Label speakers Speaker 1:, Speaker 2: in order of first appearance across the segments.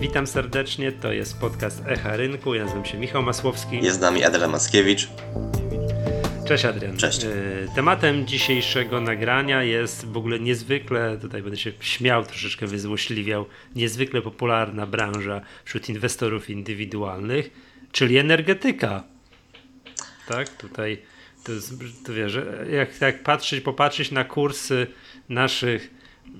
Speaker 1: Witam serdecznie, to jest podcast Echa Rynku, ja nazywam się Michał Masłowski.
Speaker 2: Jest z nami Adrian Mackiewicz.
Speaker 1: Cześć Adrian.
Speaker 2: Cześć.
Speaker 1: Tematem dzisiejszego nagrania jest w ogóle niezwykle, tutaj będę się śmiał, troszeczkę wyzłośliwiał, niezwykle popularna branża wśród inwestorów indywidualnych, czyli energetyka. Tak, tutaj to wiesz, jak popatrzeć na kursy naszych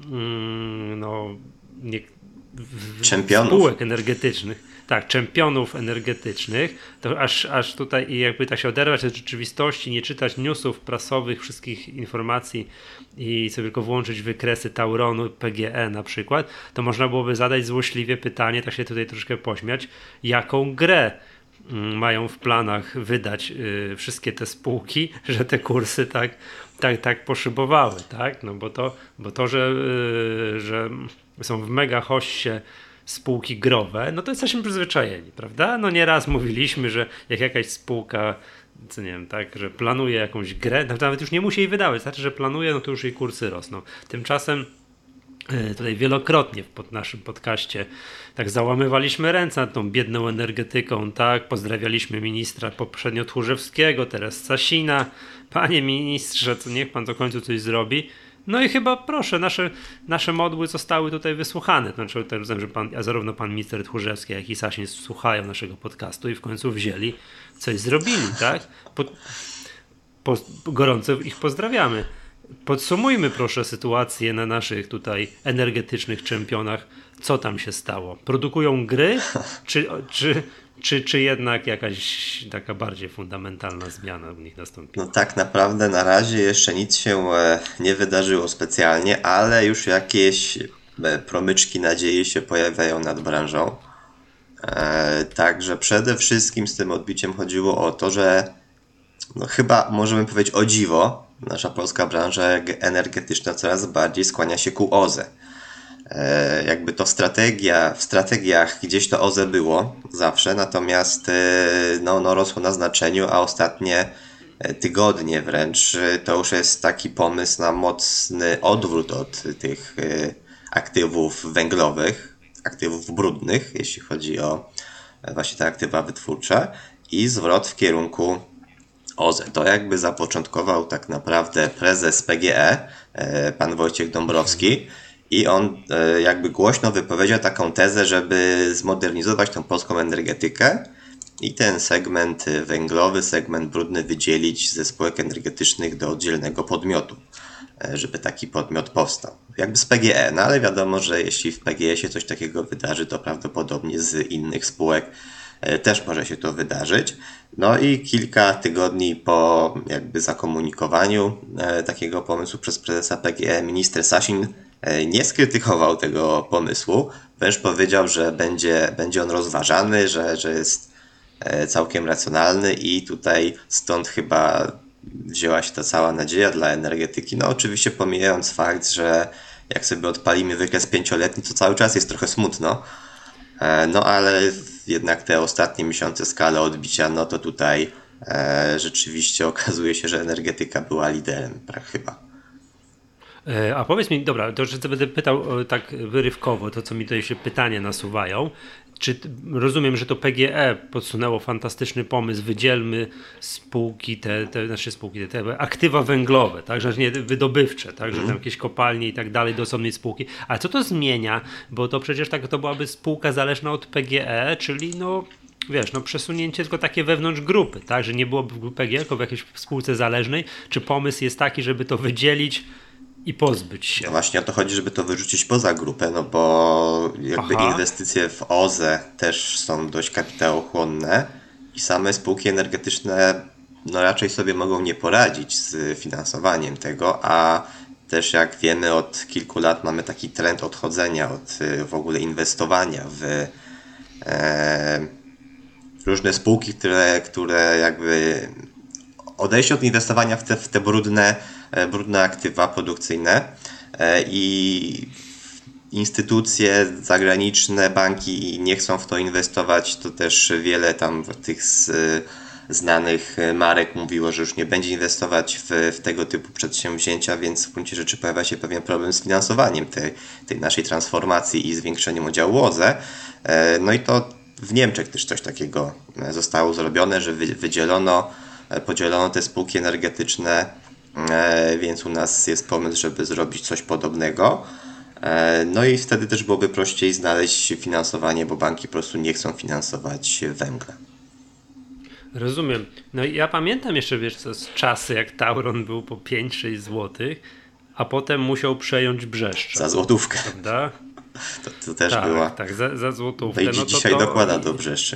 Speaker 1: spółek energetycznych, tak, czempionów energetycznych, to aż tutaj jakby tak się oderwać od rzeczywistości, nie czytać newsów prasowych, wszystkich informacji i sobie tylko włączyć wykresy Tauronu, PGE na przykład, to można byłoby zadać złośliwie pytanie, tak się tutaj troszkę pośmiać, jaką grę mają w planach wydać wszystkie te spółki, że te kursy tak poszybowały, tak? No bo to, że są w mega hoście spółki growe, no to jesteśmy przyzwyczajeni, prawda? No nieraz mówiliśmy, że jak jakaś spółka, co nie wiem, tak, że planuje jakąś grę, nawet już nie musi jej wydawać, znaczy, że planuje, no to już jej kursy rosną. Tymczasem tutaj wielokrotnie w naszym podcaście tak załamywaliśmy ręce nad tą biedną energetyką, tak, pozdrawialiśmy ministra poprzednio Tchórzewskiego, teraz Sasina. Panie ministrze, to niech pan do końca coś zrobi. No i chyba proszę, nasze modły zostały tutaj wysłuchane. Znaczy, rozumiem, że zarówno pan minister Tchórzewski, jak i Sasin słuchają naszego podcastu i w końcu wzięli, coś zrobili, tak? Gorąco ich pozdrawiamy. Podsumujmy proszę sytuację na naszych tutaj energetycznych czempionach. Co tam się stało? Produkują gry? Czy jednak jakaś taka bardziej fundamentalna zmiana w nich nastąpi?
Speaker 2: No tak naprawdę na razie jeszcze nic się nie wydarzyło specjalnie, ale już jakieś promyczki nadziei się pojawiają nad branżą. Także przede wszystkim z tym odbiciem chodziło o to, że no chyba możemy powiedzieć o dziwo, nasza polska branża energetyczna coraz bardziej skłania się ku OZE. Jakby to w strategiach gdzieś to OZE było zawsze, natomiast no rosło na znaczeniu, a ostatnie tygodnie wręcz to już jest taki pomysł na mocny odwrót od tych aktywów węglowych, aktywów brudnych, jeśli chodzi o właśnie te aktywa wytwórcze i zwrot w kierunku OZE. To jakby zapoczątkował tak naprawdę prezes PGE, pan Wojciech Dąbrowski, i on jakby głośno wypowiedział taką tezę, żeby zmodernizować tą polską energetykę i ten segment węglowy, segment brudny wydzielić ze spółek energetycznych do oddzielnego podmiotu, żeby taki podmiot powstał. Jakby z PGE, no ale wiadomo, że jeśli w PGE się coś takiego wydarzy, to prawdopodobnie z innych spółek też może się to wydarzyć. No i kilka tygodni po jakby zakomunikowaniu takiego pomysłu przez prezesa PGE minister Sasin nie skrytykował tego pomysłu, wręcz powiedział, że będzie on rozważany, że jest całkiem racjonalny i tutaj stąd chyba wzięła się ta cała nadzieja dla energetyki. No oczywiście pomijając fakt, że jak sobie odpalimy wykres 5-letni, to cały czas jest trochę smutno, no ale jednak te ostatnie miesiące skala odbicia, no to tutaj rzeczywiście okazuje się, że energetyka była liderem, chyba.
Speaker 1: A powiedz mi, dobra, to że będę pytał tak wyrywkowo, to co mi tutaj się pytania nasuwają. Czy rozumiem, że to PGE podsunęło fantastyczny pomysł, wydzielmy spółki, te aktywa węglowe, tak, że nie wydobywcze, tak, że tam jakieś kopalnie i tak dalej do osobnej spółki. Ale co to zmienia? Bo to przecież tak to byłaby spółka zależna od PGE, czyli przesunięcie tylko takie wewnątrz grupy, tak, że nie byłoby PGE, tylko w jakiejś spółce zależnej. Czy pomysł jest taki, żeby to wydzielić i pozbyć się?
Speaker 2: No właśnie o to chodzi, żeby to wyrzucić poza grupę, no bo jakby inwestycje w OZE też są dość kapitałochłonne i same spółki energetyczne no raczej sobie mogą nie poradzić z finansowaniem tego, a też jak wiemy od kilku lat mamy taki trend odchodzenia od w ogóle inwestowania w różne spółki, które jakby odejście od inwestowania w te brudne aktywa produkcyjne i instytucje zagraniczne, banki nie chcą w to inwestować, to też wiele tam tych znanych marek mówiło, że już nie będzie inwestować w tego typu przedsięwzięcia, więc w gruncie rzeczy pojawia się pewien problem z finansowaniem tej naszej transformacji i zwiększeniem udziału OZE. No i to w Niemczech też coś takiego zostało zrobione, że podzielono te spółki energetyczne, więc u nas jest pomysł, żeby zrobić coś podobnego. No i wtedy też byłoby prościej znaleźć finansowanie, bo banki po prostu nie chcą finansować węgla.
Speaker 1: Rozumiem. No i ja pamiętam jeszcze, wiesz co, z czasy, jak Tauron był po 5-6 złotych, a potem musiał przejąć Brzeszcza.
Speaker 2: Za złotówkę.
Speaker 1: Prawda?
Speaker 2: To też
Speaker 1: tak,
Speaker 2: była.
Speaker 1: Tak, za złotówkę.
Speaker 2: Wejdzie
Speaker 1: No
Speaker 2: dzisiaj dokłada do Brzeszczy.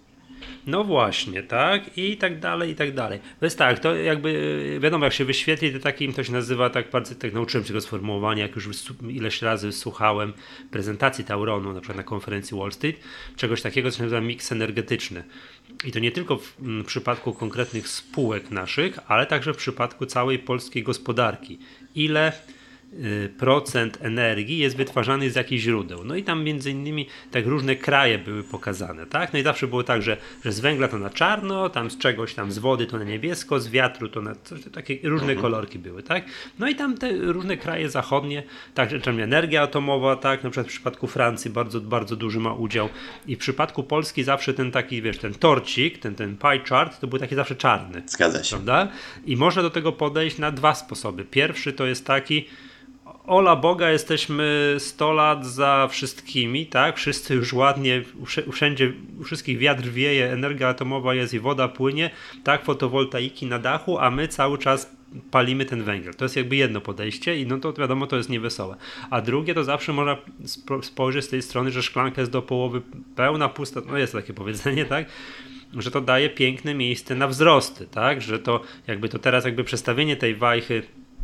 Speaker 1: No właśnie, tak? I tak dalej, i tak dalej. To jest tak, to jakby wiadomo, jak się wyświetli, to takim to się nazywa, tak bardzo, tak nauczyłem się tego sformułowania, jak już ileś razy słuchałem prezentacji Tauronu, na przykład na konferencji Wall Street, czegoś takiego, co się nazywa miks energetyczny. I to nie tylko w przypadku konkretnych spółek naszych, ale także w przypadku całej polskiej gospodarki. Ile procent energii jest wytwarzany z jakichś źródeł. No i tam między innymi tak różne kraje były pokazane, tak? No i zawsze było tak, że z węgla to na czarno, tam z czegoś tam z wody to na niebiesko, z wiatru to na coś, takie różne kolorki były, tak? No i tam te różne kraje zachodnie, także tam energia atomowa, tak? Na przykład w przypadku Francji bardzo, bardzo duży ma udział i w przypadku Polski zawsze ten taki, wiesz, ten torcik, ten pie chart, to był taki zawsze czarny.
Speaker 2: Zgadza się.
Speaker 1: Prawda? I można do tego podejść na dwa sposoby. Pierwszy to jest taki, ola Boga, jesteśmy 100 lat za wszystkimi, tak? Wszyscy już ładnie, wszędzie, u wszystkich wiatr wieje, energia atomowa jest i woda płynie, tak? Fotowoltaiki na dachu, a my cały czas palimy ten węgiel. To jest jakby jedno podejście i no to wiadomo, to jest niewesołe. A drugie to zawsze można spojrzeć z tej strony, że szklanka jest do połowy pełna, pusta, no jest takie powiedzenie, tak? Że to daje piękne miejsce na wzrosty, tak? Że to jakby to teraz jakby przestawienie tej wajchy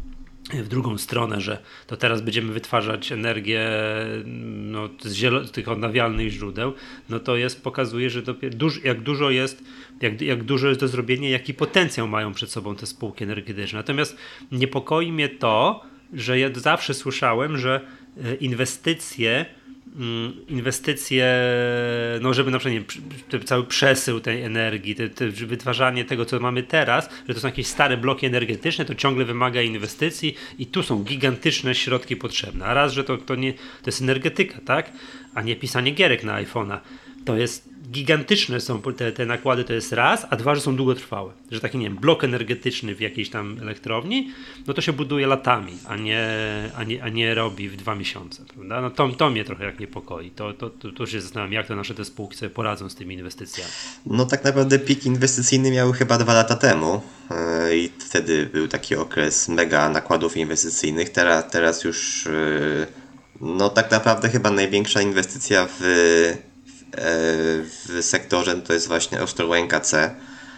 Speaker 1: w drugą stronę, że to teraz będziemy wytwarzać energię no, z tych odnawialnych źródeł, no to pokazuje, że jak dużo jest do zrobienia, jaki potencjał mają przed sobą te spółki energetyczne. Natomiast niepokoi mnie to, że ja zawsze słyszałem, że inwestycje, no żeby na przykład nie, cały przesył tej energii, wytwarzanie tego, co mamy teraz, że to są jakieś stare bloki energetyczne, to ciągle wymaga inwestycji i tu są gigantyczne środki potrzebne. A raz, że to jest energetyka, tak? A nie pisanie gierek na iPhone'a. To jest gigantyczne są te nakłady, to jest raz, a dwa, że są długotrwałe. Że taki, nie wiem, blok energetyczny w jakiejś tam elektrowni, no to się buduje latami, a nie robi w 2 miesiące, prawda? No to mnie trochę jak niepokoi. To się zastanawiam, jak to nasze te spółki sobie poradzą z tymi inwestycjami.
Speaker 2: No tak naprawdę pik inwestycyjny miały chyba 2 lata temu i wtedy był taki okres mega nakładów inwestycyjnych. Teraz już no tak naprawdę chyba największa inwestycja w sektorze to jest właśnie Ostrołęka C,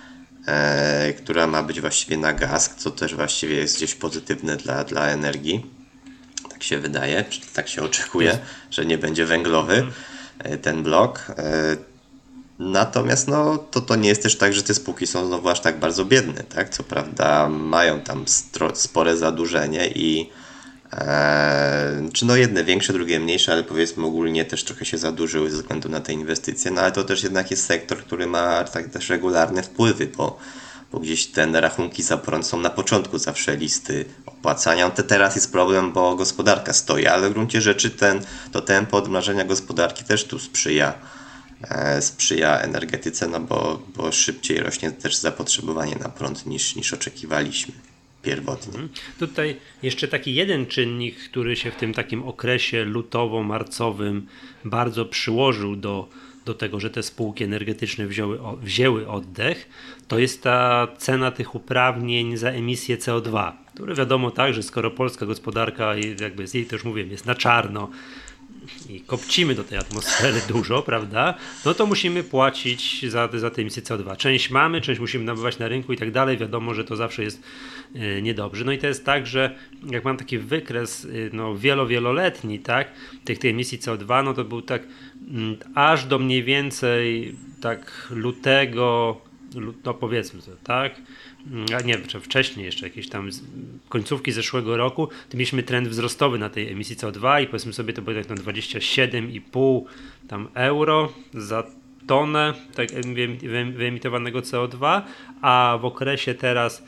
Speaker 2: która ma być właściwie na gaz, co też właściwie jest gdzieś pozytywne dla energii. Tak się wydaje, czy tak się oczekuje, że nie będzie węglowy ten blok. Natomiast no, to nie jest też tak, że te spółki są znowu aż tak bardzo biedne. Tak? Co prawda mają tam spore zadłużenie i czy no jedne większe, drugie mniejsze, ale powiedzmy ogólnie też trochę się zadłużyły ze względu na te inwestycje, no ale to też jednak jest sektor, który ma tak też regularne wpływy, bo gdzieś te rachunki za prąd są na początku zawsze listy opłacania. Teraz jest problem, bo gospodarka stoi, ale w gruncie rzeczy to tempo odmrażania gospodarki też tu sprzyja energetyce, no bo szybciej rośnie też zapotrzebowanie na prąd niż oczekiwaliśmy pierwotnie.
Speaker 1: Tutaj jeszcze taki jeden czynnik, który się w tym takim okresie lutowo-marcowym bardzo przyłożył do tego, że te spółki energetyczne wzięły oddech, to jest ta cena tych uprawnień za emisję CO2, które wiadomo tak, że skoro polska gospodarka jakby z jej też mówię, jest na czarno i kopcimy do tej atmosfery dużo, prawda, no to musimy płacić za te emisje CO2. Część mamy, część musimy nabywać na rynku i tak dalej. Wiadomo, że to zawsze jest niedobrze. No i to jest tak, że jak mam taki wykres no, wieloletni, tak, tych emisji CO2, no to był tak aż do mniej więcej tak lutego, no powiedzmy to, tak, a nie, czy wcześniej jeszcze jakieś tam końcówki zeszłego roku, to mieliśmy trend wzrostowy na tej emisji CO2 i powiedzmy sobie to było tak na 27,5 tam euro za tonę tak, wyemitowanego CO2, a w okresie teraz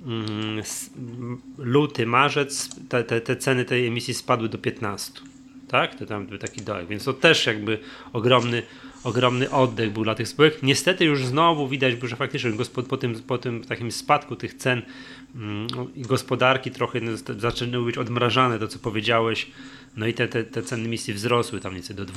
Speaker 1: luty, marzec te ceny tej emisji spadły do 15. Tak? To tam był taki dołek, więc to też jakby ogromny oddech był dla tych spółek. Niestety już znowu widać, że faktycznie po tym takim spadku tych cen i gospodarki trochę zaczynały być odmrażane, to co powiedziałeś, no i te ceny emisji wzrosły tam nieco do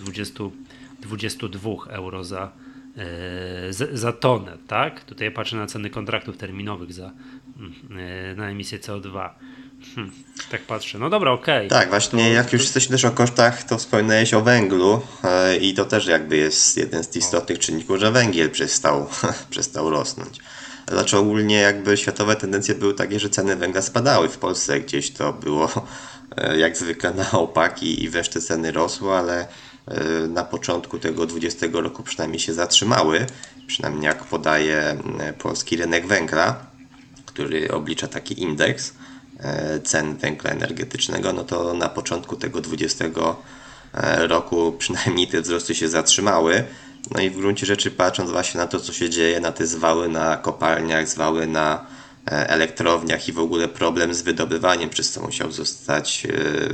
Speaker 1: 22 euro za tonę, tak? Tutaj patrzę na ceny kontraktów terminowych na emisję CO2. Tak patrzę. No dobra, okej.
Speaker 2: Tak, właśnie jak już jesteśmy też o kosztach, to wspomniałeś o węglu i to też jakby jest jeden z istotnych czynników, że węgiel przestał rosnąć. Znaczy ogólnie jakby światowe tendencje były takie, że ceny węgla spadały. W Polsce gdzieś to było jak zwykle na opak i wreszcie ceny rosły, ale na początku tego 20 roku przynajmniej się zatrzymały. Przynajmniej jak podaje polski rynek węgla, który oblicza taki indeks cen węgla energetycznego, no to na początku tego 20 roku przynajmniej te wzrosty się zatrzymały. No i w gruncie rzeczy patrząc właśnie na to, co się dzieje, na te zwały na kopalniach, zwały na elektrowniach i w ogóle problem z wydobywaniem, przez co musiał zostać,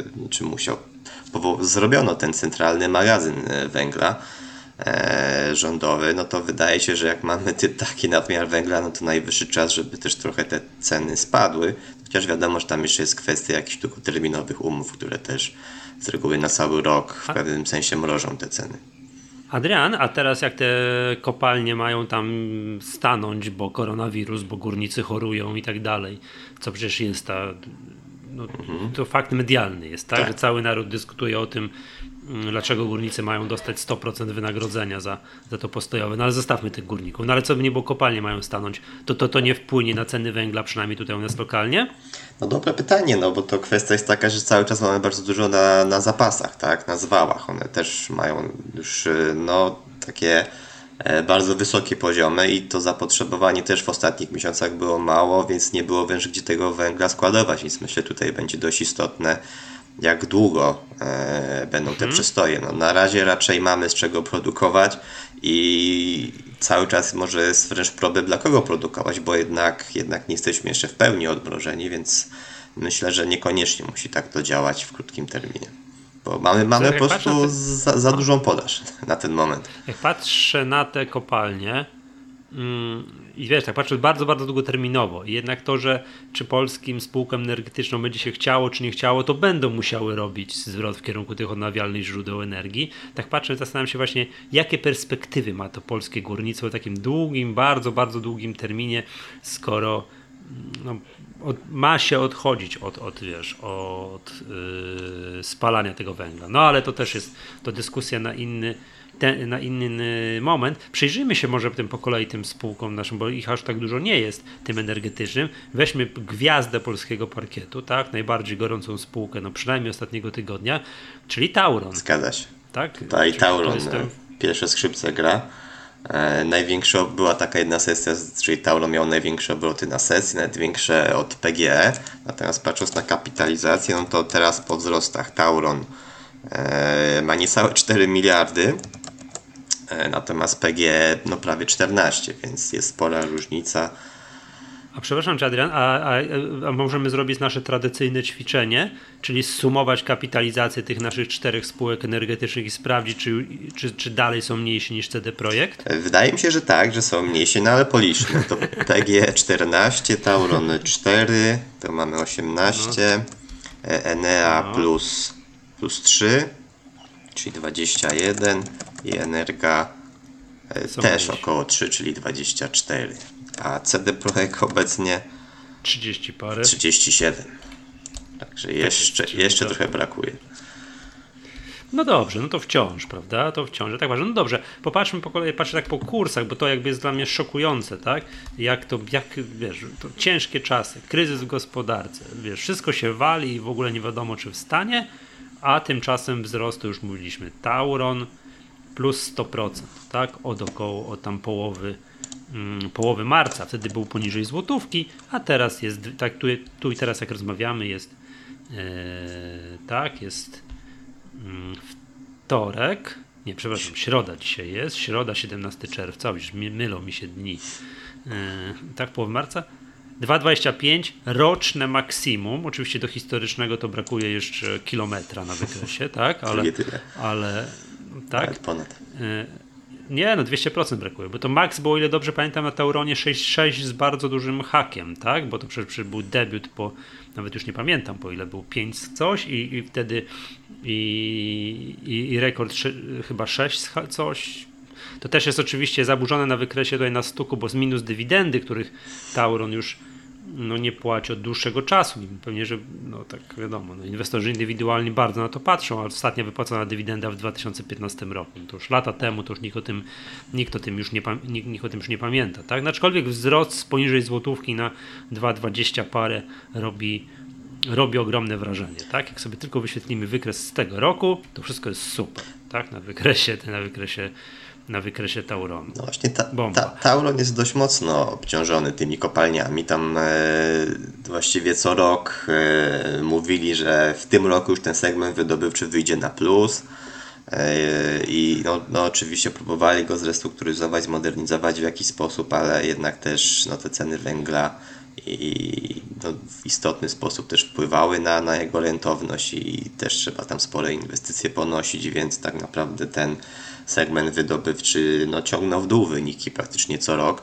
Speaker 2: zrobiono ten centralny magazyn węgla rządowy, no to wydaje się, że jak mamy taki nadmiar węgla, no to najwyższy czas, żeby też trochę te ceny spadły. Chociaż wiadomo, że tam jeszcze jest kwestia jakichś długoterminowych umów, które też z reguły na cały rok w pewnym sensie mrożą te ceny.
Speaker 1: Adrian, a teraz jak te kopalnie mają tam stanąć, bo koronawirus, bo górnicy chorują i tak dalej, co przecież jest to fakt medialny jest, tak? Że cały naród dyskutuje o tym, dlaczego górnicy mają dostać 100% wynagrodzenia za to postojowe. No ale zostawmy tych górników. No ale co by nie było, kopalnie mają stanąć. To nie wpłynie na ceny węgla, przynajmniej tutaj u nas lokalnie?
Speaker 2: No dobre pytanie, no bo to kwestia jest taka, że cały czas mamy bardzo dużo na zapasach, tak? Na zwałach. One też mają już takie bardzo wysokie poziomy i to zapotrzebowanie też w ostatnich miesiącach było mało, więc nie było wręcz gdzie tego węgla składować, więc myślę tutaj będzie dość istotne, jak długo będą te przestoje. No, na razie raczej mamy z czego produkować i cały czas może jest wręcz problem, dla kogo produkować, bo jednak nie jesteśmy jeszcze w pełni odmrożeni, więc myślę, że niekoniecznie musi tak to działać w krótkim terminie. Bo mamy po prostu za dużą podaż na ten moment.
Speaker 1: Jak patrzę na te kopalnie i wiesz, tak patrzę bardzo, bardzo długoterminowo i jednak to, że czy polskim spółkom energetycznym będzie się chciało, czy nie chciało, to będą musiały robić zwrot w kierunku tych odnawialnych źródeł energii. Tak patrzę, zastanawiam się właśnie, jakie perspektywy ma to polskie górnictwo w takim długim, bardzo, bardzo długim terminie, skoro ma się odchodzić od spalania tego węgla. No ale to też jest dyskusja na inny moment. Przyjrzyjmy się może po kolei tym spółkom naszym, bo ich aż tak dużo nie jest, tym energetycznym. Weźmy gwiazdę polskiego parkietu, tak? Najbardziej gorącą spółkę, przynajmniej ostatniego tygodnia, czyli Tauron.
Speaker 2: Zgadza się.
Speaker 1: Tak?
Speaker 2: Tutaj Tauron pierwsze skrzypce gra. Była taka jedna sesja, czyli Tauron miał największe obroty na sesji, nawet większe od PGE. Natomiast patrząc na kapitalizację, no to teraz po wzrostach Tauron ma niecałe 4 miliardy, natomiast PGE prawie 14, więc jest spora różnica.
Speaker 1: A przepraszam Cię, Adrian, a możemy zrobić nasze tradycyjne ćwiczenie, czyli zsumować kapitalizację tych naszych 4 spółek energetycznych i sprawdzić, czy dalej są mniejsi niż CD Projekt?
Speaker 2: Wydaje mi się, że tak, że są mniejsi, no ale policzmy. To PGE 14, Tauron 4, to mamy 18, Enea plus 3, czyli 21 i Energa też około 3, czyli 24. A CD Projekt obecnie
Speaker 1: 30 parę.
Speaker 2: 37. Także jeszcze trochę brakuje.
Speaker 1: No dobrze, no to wciąż, prawda? To wciąż, tak ważne. No dobrze, popatrzmy po kolei, patrzę tak po kursach, bo to jakby jest dla mnie szokujące, tak? Wiesz, to ciężkie czasy, kryzys w gospodarce, wiesz, wszystko się wali i w ogóle nie wiadomo, czy wstanie, a tymczasem wzrost, to już mówiliśmy, Tauron plus 100%, tak? Od tam połowy marca, wtedy był poniżej złotówki, a teraz jest, tak tu i teraz jak rozmawiamy jest jest wtorek, Nie, przepraszam, środa dzisiaj jest, środa 17 czerwca, już mylą mi się dni. Tak, połowa marca? 2,25 roczne maksimum. Oczywiście do historycznego to brakuje jeszcze kilometra na wykresie, tak? Ale tak.
Speaker 2: Nawet ponad.
Speaker 1: Nie, no 200% brakuje, bo to max było, o ile dobrze pamiętam, na Tauronie 6,6 z bardzo dużym hakiem, tak? Bo to przecież był debiut po, nawet już nie pamiętam, po ile był 5 coś i wtedy i rekord chyba 6 coś. To też jest oczywiście zaburzone na wykresie tutaj na stuku, bo z minus dywidendy, których Tauron już nie płaci od dłuższego czasu. Pewnie, że tak wiadomo, inwestorzy indywidualni bardzo na to patrzą, a ostatnia wypłacona dywidenda w 2015 roku. To już lata temu, to już nikt o tym już nie pamięta. Tak? Aczkolwiek wzrost poniżej złotówki na 2,20 parę robi ogromne wrażenie. Tak? Jak sobie tylko wyświetlimy wykres z tego roku, to wszystko jest super. Tak? Na wykresie Tauronu.
Speaker 2: No właśnie Tauron jest dość mocno obciążony tymi kopalniami. Tam właściwie co rok mówili, że w tym roku już ten segment wydobywczy wyjdzie na plus i oczywiście próbowali go zrestrukturyzować, zmodernizować w jakiś sposób, ale jednak też te ceny węgla i w istotny sposób też wpływały na jego rentowność i też trzeba tam spore inwestycje ponosić, więc tak naprawdę ten segment wydobywczy ciągnął w dół wyniki praktycznie co rok.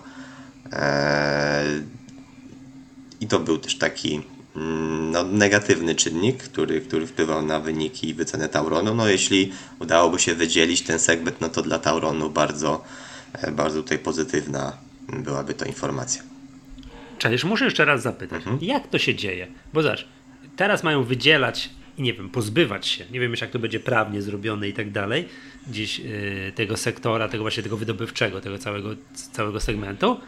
Speaker 2: I to był też taki negatywny czynnik, który wpływał na wyniki i wycenę Tauronu. Jeśli udałoby się wydzielić ten segment, to dla Tauronu bardzo, bardzo tutaj pozytywna byłaby to informacja.
Speaker 1: Cześć, muszę jeszcze raz zapytać, jak to się dzieje? Bo zobacz, teraz mają wydzielać i nie wiem, pozbywać się, nie wiem już jak to będzie prawnie zrobione i tak dalej, gdzieś tego sektora, tego wydobywczego, tego całego segmentu,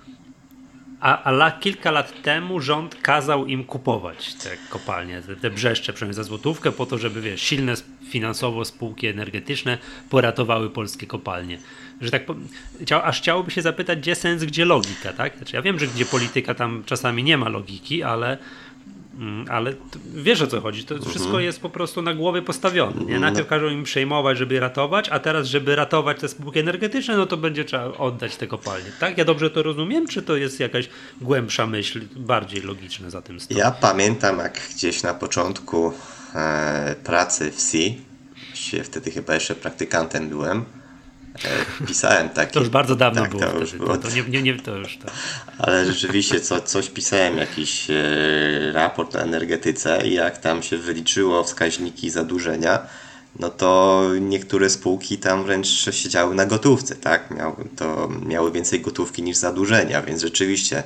Speaker 1: a kilka lat temu rząd kazał im kupować te kopalnie, te brzeszcze przynajmniej za złotówkę po to, żeby silne finansowo spółki energetyczne poratowały polskie kopalnie. Że tak aż chciałoby się zapytać, gdzie sens, gdzie logika, tak? Znaczy, ja wiem, że gdzie polityka tam czasami nie ma logiki, ale wiesz o co chodzi, to wszystko jest po prostu na głowie postawione. Nie? Najpierw każą im przejmować, żeby ratować, a teraz, żeby ratować te spółki energetyczne, to będzie trzeba oddać te kopalnie. Tak? Ja dobrze to rozumiem, czy to jest jakaś głębsza myśl, bardziej logiczna za tym stoi?
Speaker 2: Ja pamiętam, jak gdzieś na początku pracy w SI, wtedy chyba jeszcze praktykantem byłem, pisałem taki...
Speaker 1: To już bardzo dawno było wtedy. To już tak.
Speaker 2: Ale rzeczywiście coś pisałem, jakiś raport o energetyce i jak tam się wyliczyło wskaźniki zadłużenia, to niektóre spółki tam wręcz siedziały na gotówce, tak? Miały więcej gotówki niż zadłużenia, więc rzeczywiście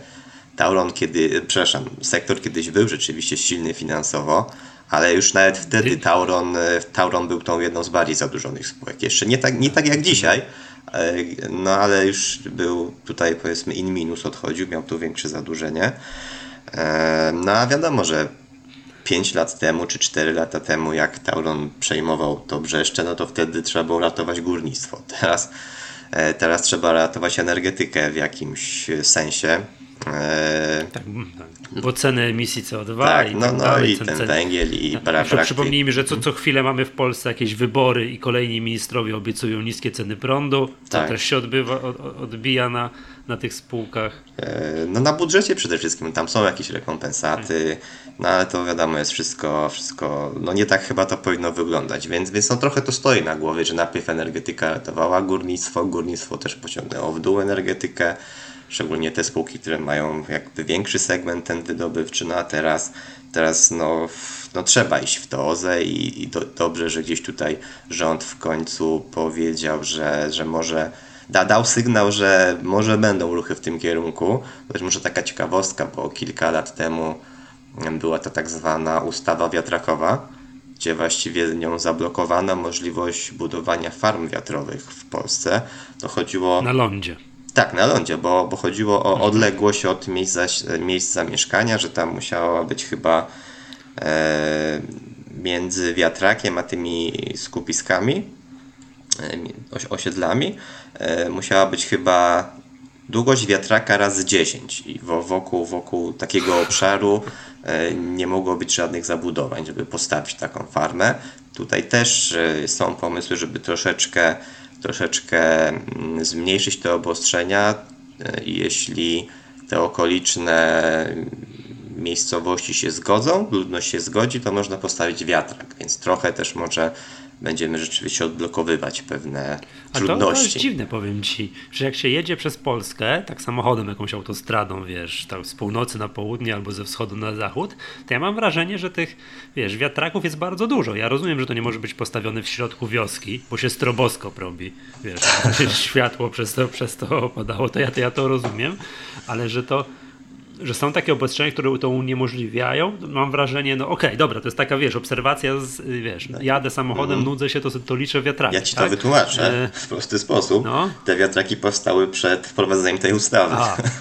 Speaker 2: sektor kiedyś był rzeczywiście silny finansowo, ale już nawet wtedy Tauron był tą jedną z bardziej zadłużonych spółek. Jeszcze nie tak jak dzisiaj, ale już był tutaj powiedzmy in minus odchodził, miał tu większe zadłużenie. A wiadomo, że 5 lat temu czy 4 lata temu, jak Tauron przejmował to Brzeszcze, to wtedy trzeba było ratować górnictwo. Teraz trzeba ratować energetykę w jakimś sensie.
Speaker 1: Tak, bo ceny emisji CO2
Speaker 2: tak,
Speaker 1: i tak dalej.
Speaker 2: I ten węgiel i brak.
Speaker 1: Przypomnijmy, że co chwilę mamy w Polsce jakieś wybory i kolejni ministrowie obiecują niskie ceny prądu, co też się odbija na tych spółkach.
Speaker 2: Na budżecie przede wszystkim, tam są jakieś rekompensaty, ale to wiadomo jest wszystko nie tak chyba to powinno wyglądać, więc trochę to stoi na głowie, że najpierw energetyka ratowała górnictwo też pociągnęło w dół energetykę, szczególnie te spółki, które mają jakby większy segment ten wydobywczy, a teraz trzeba iść w to OZE i dobrze, że gdzieś tutaj rząd w końcu powiedział, że może dał sygnał, że może będą ruchy w tym kierunku. Też może taka ciekawostka, bo kilka lat temu była to tak zwana ustawa wiatrakowa, gdzie właściwie nią zablokowano możliwość budowania farm wiatrowych w Polsce. To chodziło...
Speaker 1: Na lądzie.
Speaker 2: Tak, na lądzie, bo chodziło o odległość od miejsc zamieszkania, że tam musiała być chyba między wiatrakiem a tymi skupiskami, osiedlami, musiała być chyba długość wiatraka razy 10 i wokół takiego obszaru nie mogło być żadnych zabudowań, żeby postawić taką farmę. Tutaj też są pomysły, żeby troszeczkę zmniejszyć te obostrzenia. Jeśli te okoliczne miejscowości się zgodzą, ludność się zgodzi, to można postawić wiatrak, więc trochę też może będziemy rzeczywiście odblokowywać pewne trudności.
Speaker 1: To jest dziwne, powiem ci, że jak się jedzie przez Polskę, tak samochodem, jakąś autostradą, wiesz, tak z północy na południe albo ze wschodu na zachód, to ja mam wrażenie, że tych, wiesz, wiatraków jest bardzo dużo. Ja rozumiem, że to nie może być postawione w środku wioski, bo się stroboskop robi, wiesz, światło przez to opadało, to ja to rozumiem, ale że są takie obostrzenia, które to uniemożliwiają, mam wrażenie, no okej, dobra, to jest taka, wiesz, obserwacja, wiesz, jadę samochodem, nudzę się, to liczę wiatraki.
Speaker 2: Ja ci to wytłumaczę w prosty sposób.
Speaker 1: No.
Speaker 2: Te wiatraki powstały przed wprowadzeniem tej ustawy.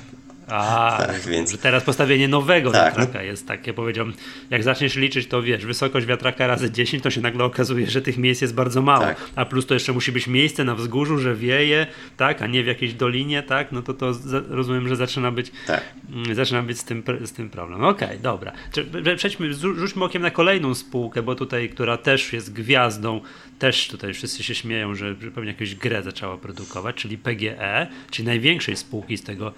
Speaker 1: Tak, więc... że teraz postawienie nowego wiatraka jest takie, powiedziałem, jak zaczniesz liczyć, to wiesz, wysokość wiatraka razy 10, to się nagle okazuje, że tych miejsc jest bardzo mało, a plus to jeszcze musi być miejsce na wzgórzu, że wieje, tak, a nie w jakiejś dolinie, tak, no to rozumiem, że zaczyna być z tym problem. Okej, dobra. Przejdźmy, rzućmy okiem na kolejną spółkę, bo tutaj, która też jest gwiazdą, też tutaj wszyscy się śmieją, że pewnie jakąś grę zaczęła produkować, czyli PGE, czyli największej spółki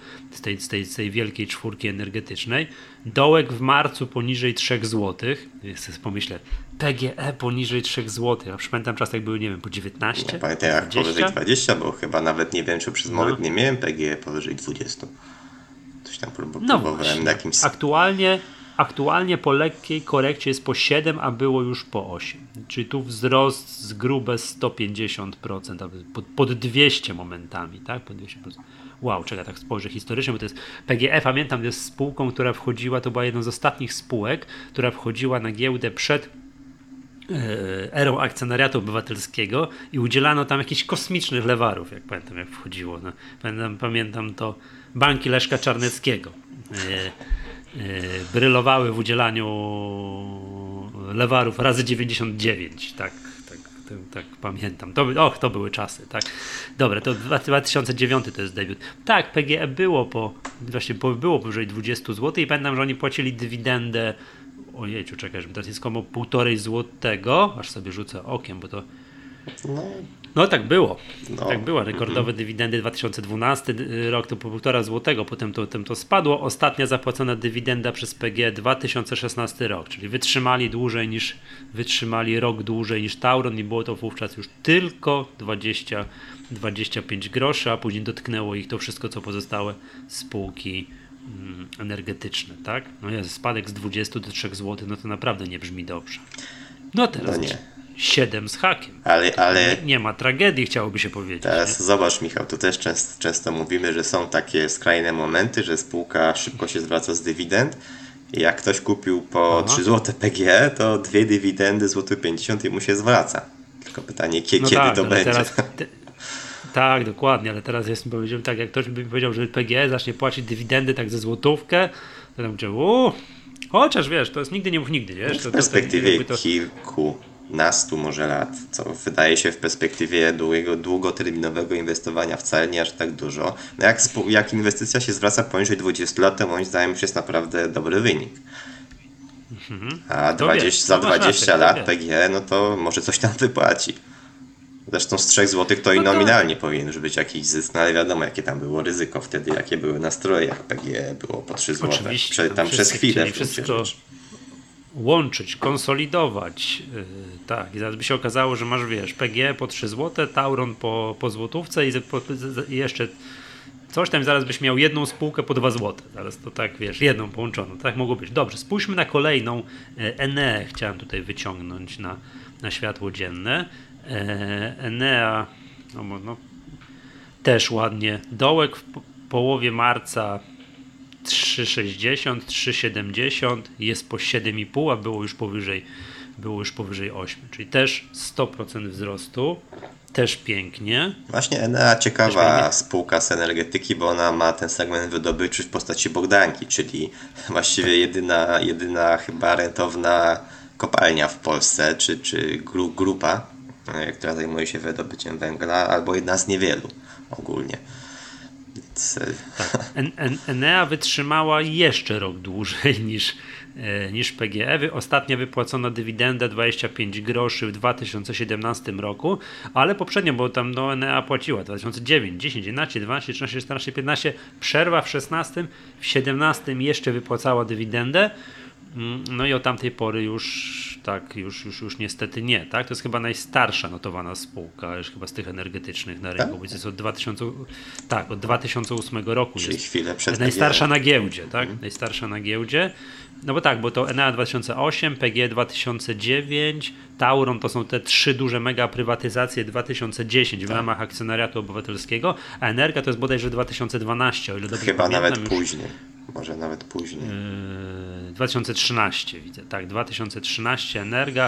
Speaker 1: z tej wielkiej czwórki energetycznej. Dołek w marcu poniżej 3 zł. Pomyślę, PGE poniżej 3 zł. Ja pamiętam czas, jak były, nie wiem, po 19?
Speaker 2: Ja pamiętam, jak powyżej 20, bo chyba nawet nie wiem, czy przez moment nie miałem PGE powyżej 20. Coś tam próbowałem na jakimś...
Speaker 1: Aktualnie po lekkiej korekcie jest po 7, a było już po 8. Czyli tu wzrost z grube 150%, pod 200 momentami, tak? Pod 200%. Wow, czekaj, tak spojrzę historycznie, bo to jest PGE, pamiętam, to jest spółką, która wchodziła, to była jedna z ostatnich spółek, która wchodziła na giełdę przed erą akcjonariatu obywatelskiego i udzielano tam jakichś kosmicznych lewarów, jak pamiętam, jak wchodziło. No, pamiętam to banki Leszka Czarneckiego. Brylowały w udzielaniu lewarów razy 99, tak pamiętam. To były czasy, tak. Dobra, to 2009 to jest debiut. Tak, PGE było było powyżej 20 zł i pamiętam, że oni płacili dywidendę, ojejciu, czekaj, żeby teraz jest koło 1,5 złotego, aż sobie rzucę okiem, bo to no tak było. Tak było. Rekordowe dywidendy 2012 rok to po 1,5 złotego, potem to spadło. Ostatnia zapłacona dywidenda przez PGE 2016 rok, czyli wytrzymali rok dłużej niż Tauron i było to wówczas już tylko 25 groszy, a później dotknęło ich to wszystko, co pozostałe spółki energetyczne, tak? No jest spadek z 20 do 3 zł, no to naprawdę nie brzmi dobrze. No teraz
Speaker 2: nie.
Speaker 1: 7 z hakiem.
Speaker 2: Ale
Speaker 1: nie ma tragedii, chciałoby się powiedzieć.
Speaker 2: Teraz zobacz, Michał, tu też często mówimy, że są takie skrajne momenty, że spółka szybko się zwraca z dywidend. I jak ktoś kupił po 3 zł PGE, to 2 dywidendy złoty 50 i mu się zwraca. Tylko pytanie, kiedy to będzie?
Speaker 1: Tak, dokładnie, ale teraz jest mi powiedział, tak jak ktoś by powiedział, że PGE zacznie płacić dywidendy tak ze złotówkę, to tam powiedział, chociaż wiesz, to jest nigdy nie mów nigdy, wiesz?
Speaker 2: W perspektywie kilkunastu może lat, co wydaje się w perspektywie długoterminowego inwestowania wcale nie aż tak dużo. No jak inwestycja się zwraca poniżej 20 lat, to moim zdaniem już jest naprawdę dobry wynik. A za 20 lat PGE, no to może coś tam wypłaci. Zresztą z 3 zł to i nominalnie powinien już być jakiś zysk, no ale wiadomo, jakie tam było ryzyko wtedy, jakie były nastroje, jak PGE było po 3 zł.
Speaker 1: Oczywiście,
Speaker 2: Przez chwilę.
Speaker 1: Wszystko łączyć, konsolidować, tak, i zaraz by się okazało, że masz, wiesz, PGE po 3 zł, Tauron po złotówce i jeszcze coś tam, zaraz byś miał jedną spółkę po 2 zł, zaraz to tak, wiesz, jedną połączoną, tak mogło być. Dobrze, spójrzmy na kolejną Enea, chciałem tutaj wyciągnąć na światło dzienne. Enea, też ładnie, dołek w połowie marca 3,60, 3,70, jest po 7,5, a było już powyżej 8, czyli też 100% wzrostu, też pięknie.
Speaker 2: Właśnie Enea ciekawa spółka z energetyki, bo ona ma ten segment wydobywczy w postaci Bogdanki, czyli właściwie jedyna chyba rentowna kopalnia w Polsce, czy grupa, która zajmuje się wydobyciem węgla, albo jedna z niewielu ogólnie.
Speaker 1: Tak. Enea wytrzymała jeszcze rok dłużej niż PGE. Ostatnio wypłacono dywidendę 25 groszy w 2017 roku, ale poprzednio, bo tam Enea płaciła 2009, 10, 11, 12, 13, 14, 15, przerwa w 16, w 17 jeszcze wypłacała dywidendę. No i od tamtej pory już niestety nie, tak? To jest chyba najstarsza notowana spółka, już chyba z tych energetycznych na rynku, bo jest od 2008 roku.
Speaker 2: Czyli
Speaker 1: jest
Speaker 2: chwilę przed
Speaker 1: najstarsza na giełdzie, tak? Najstarsza na giełdzie. No bo tak, bo to Enea 2008, PGE 2009, Tauron to są te trzy duże mega prywatyzacje 2010 w ramach akcjonariatu obywatelskiego, a Energa to jest bodajże 2012, o ile dobrze
Speaker 2: Chyba
Speaker 1: pamiętam.
Speaker 2: nawet później. Może nawet później.
Speaker 1: 2013 widzę, tak, 2013 Energa,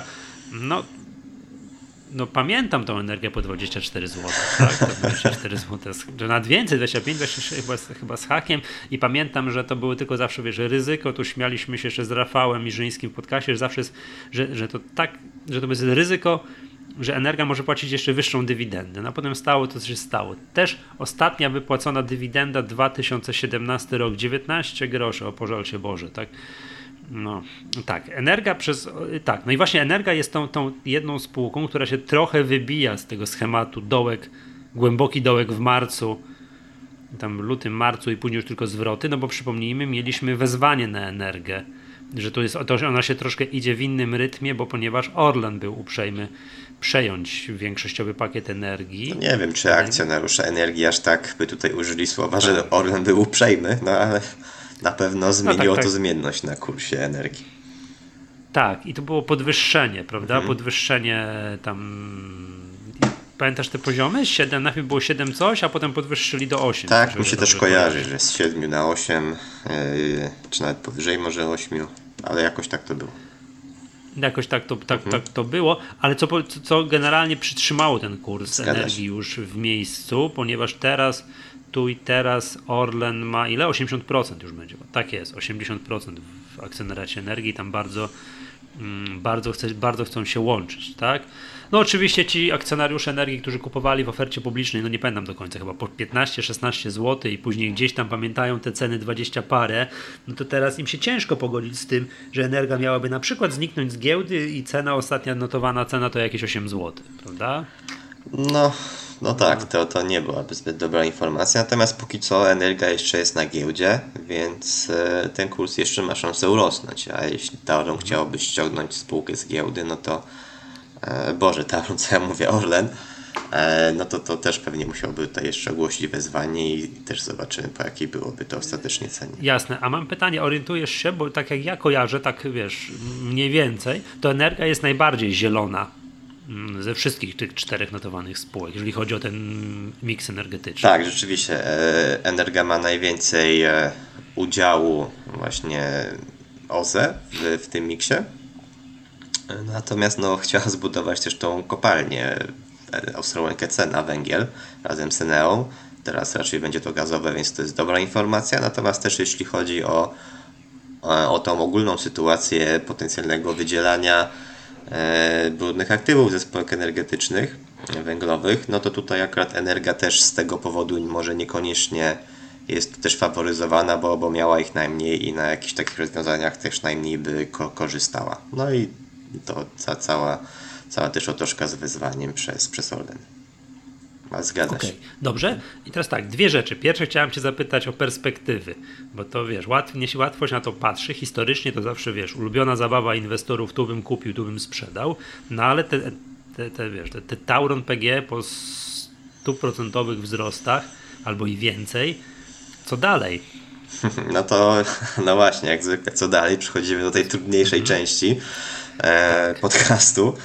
Speaker 1: no pamiętam tą Energię po 24 zł, tak, to 24 zł, że nad więcej, 25, 26 chyba z hakiem i pamiętam, że to były tylko zawsze, wiesz, ryzyko, tu śmialiśmy się jeszcze z Rafałem Mirzyńskim w podcaście, że zawsze jest, że to tak, że to jest ryzyko, że Energa może płacić jeszcze wyższą dywidendę. No a potem stało to, co się stało. Też ostatnia wypłacona dywidenda 2017 rok, 19 groszy, o pożal się Boże, tak? No tak, Energa no i właśnie Energa jest tą jedną spółką, która się trochę wybija z tego schematu głęboki dołek w marcu, tam lutym, marcu i później już tylko zwroty, no bo przypomnijmy, mieliśmy wezwanie na Energę, że że ona się troszkę idzie w innym rytmie, bo ponieważ Orlen był uprzejmy przejąć większościowy pakiet energii.
Speaker 2: To nie wiem, czy akcjonariusze Energii aż tak by tutaj użyli słowa, że Orlen był uprzejmy, no ale na pewno zmieniło to zmienność na kursie energii.
Speaker 1: Tak, i to było podwyższenie, prawda? Podwyższenie tam... Pamiętasz te poziomy? 7, najpierw było 7 coś, a potem podwyższyli do 8.
Speaker 2: Tak, mi się też kojarzy, że z 7 na 8, czy nawet powyżej może 8, ale jakoś tak to było.
Speaker 1: Jakoś tak to było, ale co generalnie przytrzymało ten kurs energii już w miejscu, ponieważ tu i teraz Orlen ma ile? 80% już będzie. Tak jest, 80% w akcjonariacie energii, tam bardzo chcą się łączyć, tak? No oczywiście ci akcjonariusze energii, którzy kupowali w ofercie publicznej, no nie pamiętam do końca, chyba po 15-16 zł i później gdzieś tam pamiętają te ceny 20 parę, no to teraz im się ciężko pogodzić z tym, że Energa miałaby na przykład zniknąć z giełdy i ostatnia notowana cena to jakieś 8 zł, prawda?
Speaker 2: No tak, to nie byłaby zbyt dobra informacja, natomiast póki co Energa jeszcze jest na giełdzie, więc ten kurs jeszcze ma szansę urosnąć, a jeśli Tauron chciałoby ściągnąć spółkę z giełdy, no to Tauron, co ja mówię, Orlen, no to też pewnie musiałby tutaj jeszcze ogłosić wezwanie i też zobaczymy, po jakiej byłoby to ostatecznie cenie.
Speaker 1: Jasne, a mam pytanie, orientujesz się, bo tak jak ja kojarzę, tak wiesz, mniej więcej, to Energa jest najbardziej zielona ze wszystkich tych 4 notowanych spółek, jeżeli chodzi o ten miks energetyczny.
Speaker 2: Tak, rzeczywiście. Energa ma najwięcej udziału właśnie OZE w tym miksie. Natomiast chciała zbudować też tą kopalnię Ostrołękę na węgiel razem z Eneą. Teraz raczej będzie to gazowe, więc to jest dobra informacja. Natomiast też jeśli chodzi o tą ogólną sytuację potencjalnego wydzielania brudnych aktywów ze spółek energetycznych, węglowych, no to tutaj akurat Energa też z tego powodu może niekoniecznie jest też faworyzowana, bo miała ich najmniej i na jakichś takich rozwiązaniach też najmniej by korzystała. No i to cała też otoczka z wezwaniem przez Orlen. Zgadza się.
Speaker 1: Dobrze. I teraz tak, 2 rzeczy. Pierwsze chciałem Cię zapytać o perspektywy, bo to wiesz, łatwo się na to patrzy. Historycznie to zawsze wiesz, ulubiona zabawa inwestorów, tu bym kupił, tu bym sprzedał, no ale te Tauron PGE po 100% wzrostach albo i więcej, co dalej?
Speaker 2: No właśnie, jak zwykle, co dalej? Przechodzimy do tej trudniejszej części podcastu.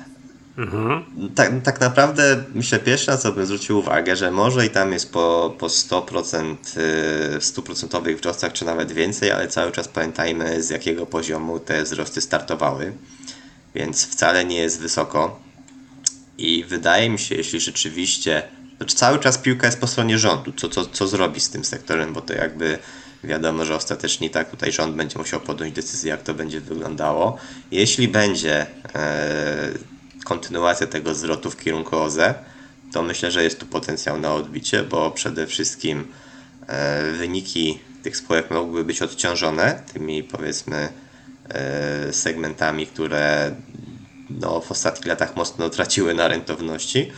Speaker 2: Tak naprawdę myślę, pierwsze na co bym zwrócił uwagę, że może i tam jest po 100% w 100% wzrostach, czy nawet więcej, ale cały czas pamiętajmy, z jakiego poziomu te wzrosty startowały, więc wcale nie jest wysoko i wydaje mi się, jeśli rzeczywiście, cały czas piłka jest po stronie rządu, co zrobi z tym sektorem, bo to jakby wiadomo, że ostatecznie tak tutaj rząd będzie musiał podjąć decyzję, jak to będzie wyglądało. Jeśli będzie kontynuacja tego zwrotu w kierunku OZE, to myślę, że jest tu potencjał na odbicie, bo przede wszystkim wyniki tych spółek mogłyby być odciążone tymi, powiedzmy, segmentami, które no, w ostatnich latach mocno traciły na rentowności.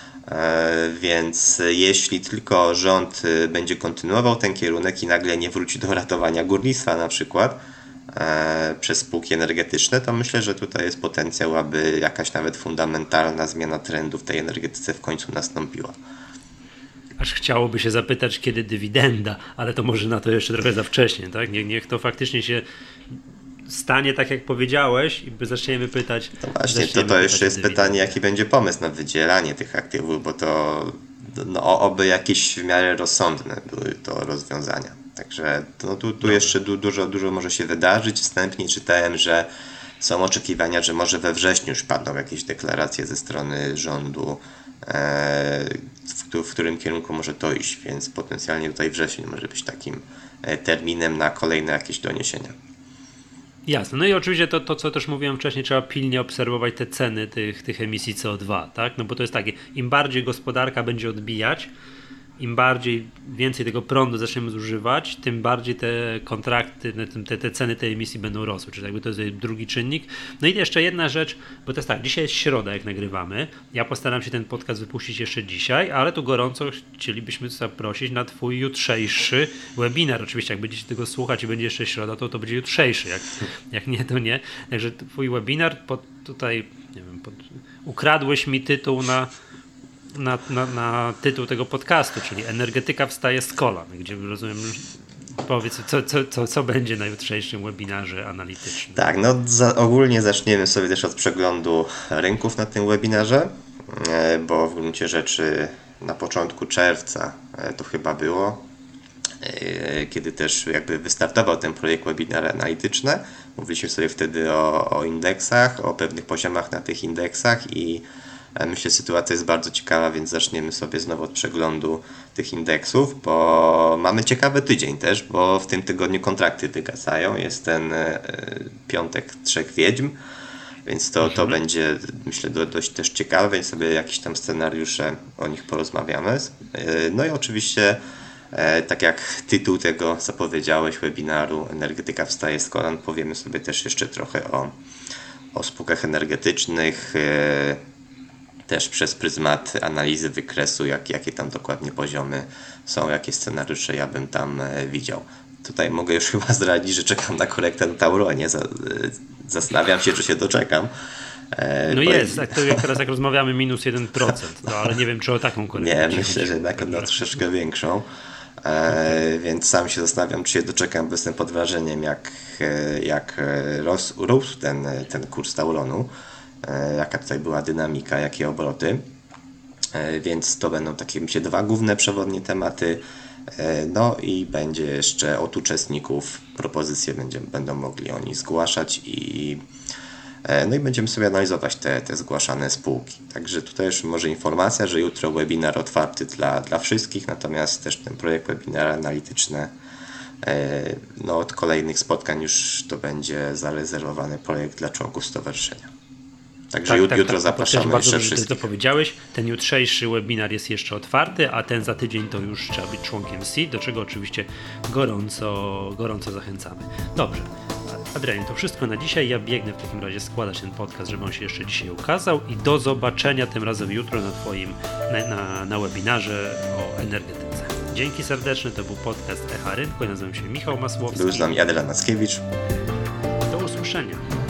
Speaker 2: Więc jeśli tylko rząd będzie kontynuował ten kierunek i nagle nie wróci do ratowania górnictwa na przykład przez spółki energetyczne, to myślę, że tutaj jest potencjał, aby jakaś nawet fundamentalna zmiana trendu w tej energetyce w końcu nastąpiła.
Speaker 1: Aż chciałoby się zapytać, kiedy dywidenda, ale to może na to jeszcze trochę za wcześnie, tak? Niech to faktycznie się stanie tak, jak powiedziałeś, i zaczniemy pytać.
Speaker 2: No właśnie, to jeszcze jest pytanie, jaki będzie pomysł na wydzielanie tych aktywów, bo to no, oby jakieś w miarę rozsądne były to rozwiązania. Także no, tu jeszcze dużo może się wydarzyć. Wstępnie czytałem, że są oczekiwania, że może we wrześniu już padną jakieś deklaracje ze strony rządu, w którym kierunku może to iść, więc potencjalnie tutaj wrzesień może być takim terminem na kolejne jakieś doniesienia.
Speaker 1: Jasne. No i oczywiście to, co też mówiłem wcześniej, trzeba pilnie obserwować te ceny tych emisji CO2, tak? No bo to jest takie, im bardziej gospodarka będzie odbijać, im więcej tego prądu zaczniemy zużywać, tym bardziej te kontrakty, te ceny tej emisji będą rosły, czyli jakby to jest drugi czynnik. No i jeszcze jedna rzecz, bo to jest tak, dzisiaj jest środa, jak nagrywamy, ja postaram się ten podcast wypuścić jeszcze dzisiaj, ale tu gorąco chcielibyśmy zaprosić na twój jutrzejszy webinar. Oczywiście jak będziecie tego słuchać i będzie jeszcze środa, to będzie jutrzejszy, jak nie, to nie. Także twój webinar, tutaj, nie wiem, ukradłeś mi tytuł na tytuł tego podcastu, czyli Energetyka wstaje z kolan, gdzie rozumiem, powiedz, co będzie na jutrzejszym webinarze analitycznym.
Speaker 2: Tak, no ogólnie zaczniemy sobie też od przeglądu rynków na tym webinarze, bo w gruncie rzeczy na początku czerwca to chyba było, kiedy też jakby wystartował ten projekt webinary analityczne. Mówiliśmy sobie wtedy o indeksach, o pewnych poziomach na tych indeksach i myślę, że sytuacja jest bardzo ciekawa, więc zaczniemy sobie znowu od przeglądu tych indeksów, bo mamy ciekawy tydzień też, bo w tym tygodniu kontrakty wygasają. Jest ten piątek trzech wiedźm, więc to będzie, myślę, dość też ciekawe, więc sobie jakieś tam scenariusze o nich porozmawiamy. No i oczywiście, tak jak tytuł tego zapowiedziałeś, webinaru Energetyka wstaje z kolan, powiemy sobie też jeszcze trochę o spółkach energetycznych, też przez pryzmat analizy wykresu, jakie tam dokładnie poziomy są, jakie scenariusze ja bym tam widział. Tutaj mogę już chyba zdradzić, że czekam na korektę na Tauronie. Zastanawiam się, czy się doczekam.
Speaker 1: No jest, jak teraz jak rozmawiamy minus 1%, no, ale nie wiem, czy o taką korektę.
Speaker 2: Nie, myślę, że jednak na troszeczkę większą. Więc sam się zastanawiam, czy się doczekam, bo jestem pod wrażeniem, jak rósł ten kurs Tauronu. Jaka tutaj była dynamika, jakie obroty, więc to będą takie, myślę, dwa główne przewodnie tematy. No i będzie jeszcze od uczestników propozycje będą mogli oni zgłaszać no i będziemy sobie analizować te zgłaszane spółki. Także tutaj już może informacja, że jutro webinar otwarty dla wszystkich, natomiast też ten projekt webinar analityczny, no od kolejnych spotkań już to będzie zarezerwowany projekt dla członków stowarzyszenia. Także jutro zapraszamy jeszcze wszystkich.
Speaker 1: To powiedziałeś, ten jutrzejszy webinar jest jeszcze otwarty, a ten za tydzień to już trzeba być członkiem SEED, do czego oczywiście gorąco zachęcamy. Dobrze, Adrianie, to wszystko na dzisiaj. Ja biegnę w takim razie składać ten podcast, żeby on się jeszcze dzisiaj ukazał i do zobaczenia tym razem jutro na twoim na webinarze o energetyce. Dzięki serdeczne, to był podcast Echa Rynku. Ja nazywam się Michał Masłowski.
Speaker 2: Był z nami Adrian Mackiewicz.
Speaker 1: Do usłyszenia.